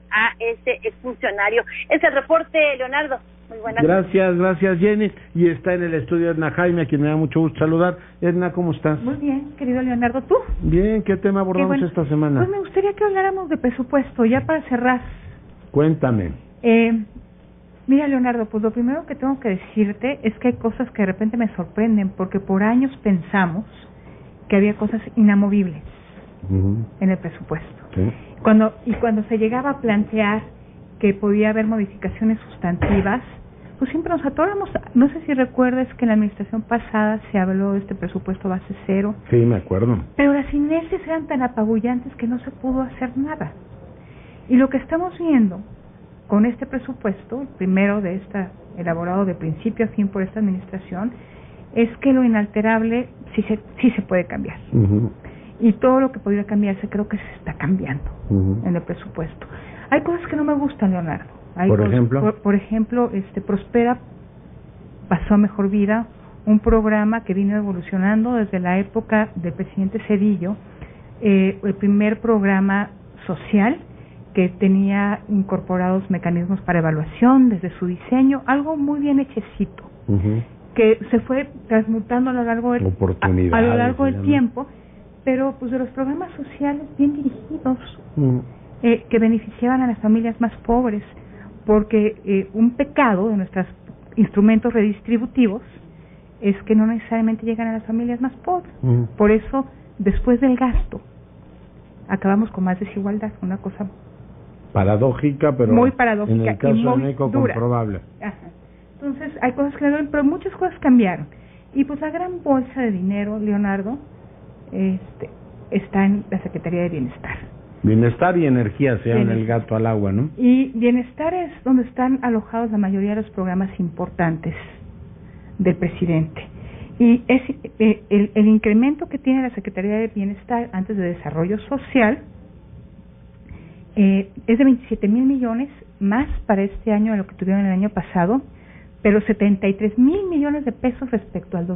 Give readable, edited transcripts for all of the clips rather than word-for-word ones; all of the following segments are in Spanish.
a este exfuncionario. Es el reporte, Leonardo. Muy buenas noches. Gracias Jenny. Y está en el estudio Edna Jaime, a quien me da mucho gusto saludar. Edna, ¿cómo estás? Muy bien, querido Leonardo, ¿tú? Bien, ¿qué tema abordamos esta semana? Pues me gustaría que habláramos de presupuesto, ya para cerrar. Cuéntame. Mira, Leonardo, pues lo primero que tengo que decirte es que hay cosas que de repente me sorprenden, porque por años pensamos que había cosas inamovibles en el presupuesto. Sí. Cuando se llegaba a plantear que podía haber modificaciones sustantivas, pues siempre nos atoramos. No sé si recuerdas que en la administración pasada se habló de este presupuesto base cero. Sí, me acuerdo. Pero las inercias eran tan apabullantes que no se pudo hacer nada. Y lo que estamos viendo con este presupuesto, el primero de elaborado de principio a fin por esta administración, es que lo inalterable sí se puede cambiar. Y todo lo que podría cambiarse creo que se está cambiando en el presupuesto. Hay cosas que no me gustan, Leonardo. Por ejemplo, Prospera pasó a mejor vida, un programa que vino evolucionando desde la época del presidente Zedillo, el primer programa social que tenía incorporados mecanismos para evaluación desde su diseño, algo muy bien hechecito, que se fue transmutando a lo largo del tiempo, pero pues de los programas sociales bien dirigidos, que beneficiaban a las familias más pobres, porque un pecado de nuestros instrumentos redistributivos es que no necesariamente llegan a las familias más pobres. Por eso, después del gasto, acabamos con más desigualdad, una cosa paradójica, pero muy paradójica, en el caso y muy de México dura. comprobable. Ajá. Entonces, hay cosas que cambiaron, pero muchas cosas cambiaron. Y pues la gran bolsa de dinero, Leonardo, está en la Secretaría de Bienestar. Bienestar y energía se llama el gato al agua, ¿no? Y bienestar es donde están alojados la mayoría de los programas importantes del presidente. Y es el incremento que tiene la Secretaría de Bienestar antes de Desarrollo Social es de 27,000 millones más para este año de lo que tuvieron el año pasado, pero 73,000 millones de pesos respecto al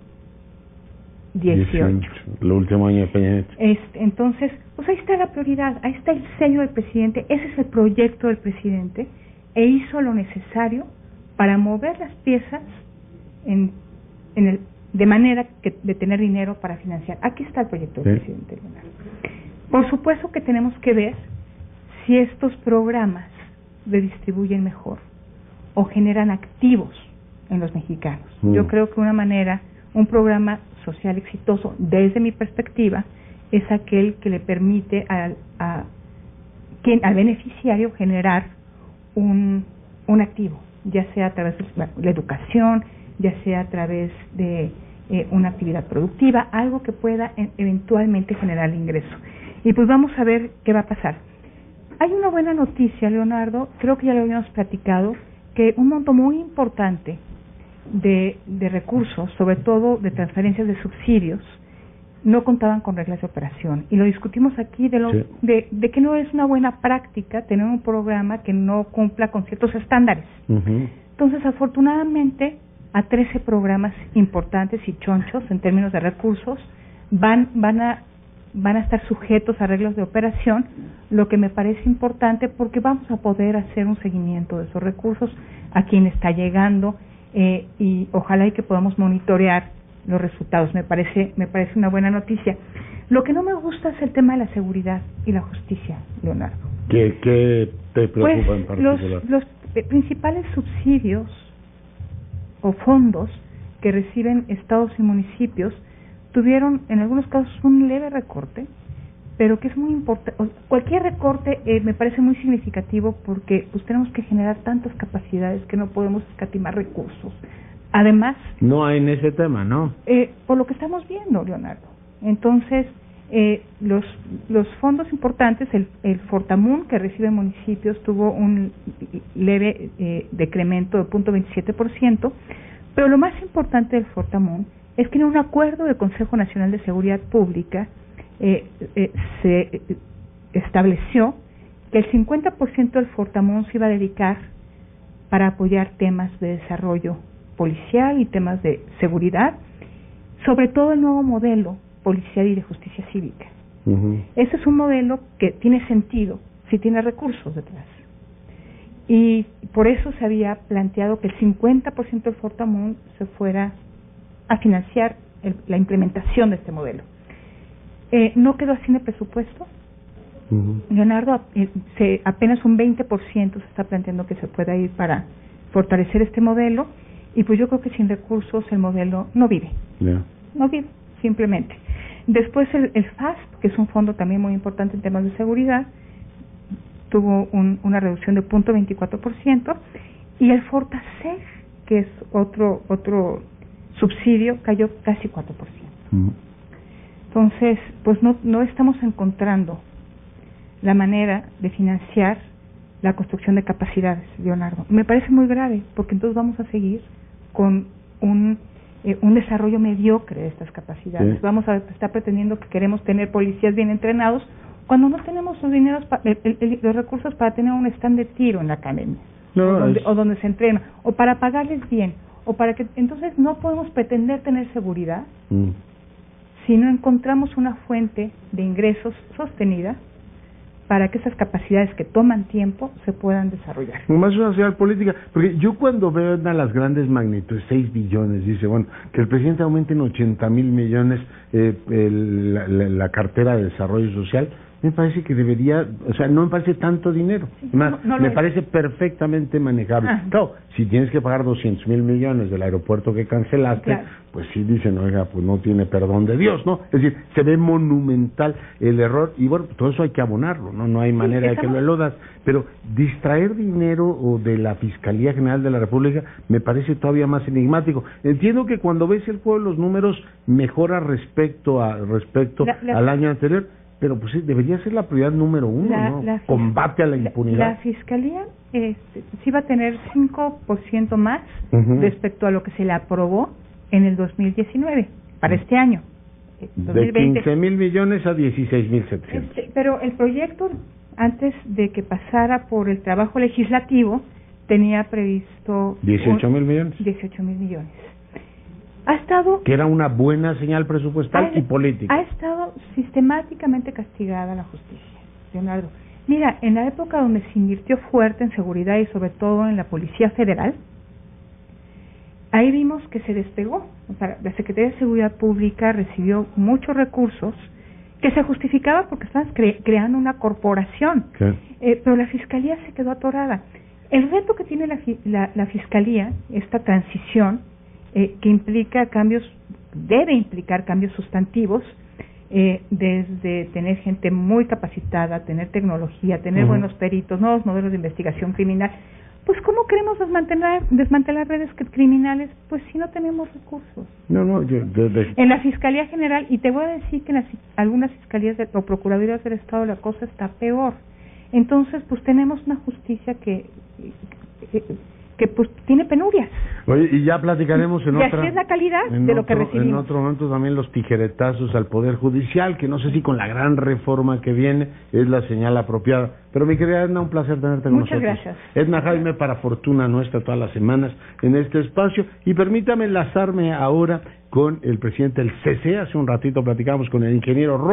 2018. El último año de Peña Nieto. Entonces, pues ahí está la prioridad, ahí está el sello del presidente, ese es el proyecto del presidente, e hizo lo necesario para mover las piezas de manera de tener dinero para financiar. Aquí está el proyecto del presidente, Leonardo. Por supuesto que tenemos que ver si estos programas redistribuyen mejor o generan activos en los mexicanos. Yo creo que un programa social exitoso, desde mi perspectiva, es aquel que le permite al beneficiario generar un activo, ya sea a través de la educación, ya sea a través de una actividad productiva, algo que pueda eventualmente generar ingreso. Y pues vamos a ver qué va a pasar. Hay una buena noticia, Leonardo, creo que ya lo habíamos platicado, que un monto muy importante de recursos, sobre todo de transferencias de subsidios, no contaban con reglas de operación. Y lo discutimos aquí de que no es una buena práctica tener un programa que no cumpla con ciertos estándares. Entonces, afortunadamente, a 13 programas importantes y chonchos en términos de recursos van a estar sujetos a reglas de operación, lo que me parece importante porque vamos a poder hacer un seguimiento de esos recursos, a quién está llegando, y ojalá y que podamos monitorear los resultados. Me parece una buena noticia. Lo que no me gusta es el tema de la seguridad y la justicia, Leonardo. ¿Qué te preocupa en particular? Los principales subsidios o fondos que reciben estados y municipios tuvieron en algunos casos un leve recorte, pero que es muy importante. Cualquier recorte me parece muy significativo porque pues tenemos que generar tantas capacidades que no podemos escatimar recursos. Además, no hay en ese tema, ¿no? Por lo que estamos viendo, Leonardo. Entonces, los fondos importantes, el Fortamun que recibe municipios tuvo un leve decremento de 0.27%, pero lo más importante del Fortamun es que en un acuerdo del Consejo Nacional de Seguridad Pública se estableció que el 50% del Fortamun se iba a dedicar para apoyar temas de desarrollo policial y temas de seguridad, sobre todo el nuevo modelo policial y de justicia cívica. Ese es un modelo que tiene sentido sí tiene recursos detrás. Y por eso se había planteado que el 50% del Fortamun se fuera a financiar la implementación de este modelo. No quedó así en el presupuesto. Leonardo, apenas un 20% se está planteando que se pueda ir para fortalecer este modelo, y pues yo creo que sin recursos el modelo no vive. No vive, simplemente. Después el FAST, que es un fondo también muy importante en temas de seguridad, tuvo una reducción de 0.24%, y el Fortaseg, que es otro subsidio, cayó casi 4%. Entonces, pues no estamos encontrando la manera de financiar la construcción de capacidades, Leonardo. Me parece muy grave, porque entonces vamos a seguir con un desarrollo mediocre de estas capacidades. Sí. Vamos a estar pretendiendo que queremos tener policías bien entrenados cuando no tenemos los dineros, los recursos para tener un stand de tiro en la academia, o donde se entrena, o para pagarles bien, o para que entonces no podemos pretender tener seguridad si no encontramos una fuente de ingresos sostenida para que esas capacidades que toman tiempo se puedan desarrollar. Más una sociedad política, porque yo cuando veo a las grandes magnitudes, 6 billones, dice, bueno, que el presidente aumente en 80,000 millones la cartera de desarrollo social, me parece que debería, o sea, no me parece tanto dinero, sí, me parece perfectamente manejable. Claro, si tienes que pagar 200,000 millones del aeropuerto que cancelaste, claro, pues sí dicen, oiga, pues no tiene perdón de Dios, ¿no? Es decir, se ve monumental el error, y bueno, todo eso hay que abonarlo, no hay manera de que lo eludas, pero distraer dinero o de la Fiscalía General de la República me parece todavía más enigmático. Entiendo que cuando ves el juego de los números mejora respecto al año anterior, pero pues sí, debería ser la prioridad número uno, ¿no? Combate a la impunidad. La Fiscalía sí va a tener 5% más respecto a lo que se le aprobó en el 2019, para este año. 2020. De 15,000 millones a 16,700. Pero el proyecto, antes de que pasara por el trabajo legislativo, tenía previsto 18,000 millones. 18,000 millones. Ha estado, que era una buena señal presupuestal y política. Ha estado sistemáticamente castigada la justicia, Leonardo. Mira, en la época donde se invirtió fuerte en seguridad y sobre todo en la Policía Federal, ahí vimos que se despegó. O sea, la Secretaría de Seguridad Pública recibió muchos recursos que se justificaba porque estaban creando una corporación, pero la Fiscalía se quedó atorada. El reto que tiene la Fiscalía, esta transición, que implica debe implicar cambios sustantivos, desde tener gente muy capacitada, tener tecnología, tener buenos peritos, nuevos modelos de investigación criminal. Pues ¿cómo queremos desmantelar redes criminales? Pues si no tenemos recursos. En la Fiscalía General, y te voy a decir que en algunas fiscalías o procuradurías del Estado la cosa está peor. Entonces, pues tenemos una justicia que pues tiene penurias. Oye, y ya platicaremos y así es la calidad de lo que recibimos. En otro momento también los tijeretazos al Poder Judicial, que no sé si con la gran reforma que viene es la señal apropiada. Pero mi querida Edna, un placer tenerte con nosotros. Muchas gracias. Edna Jaime, para fortuna nuestra todas las semanas en este espacio. Y permítame enlazarme ahora con el presidente del CC. Hace un ratito platicamos con el ingeniero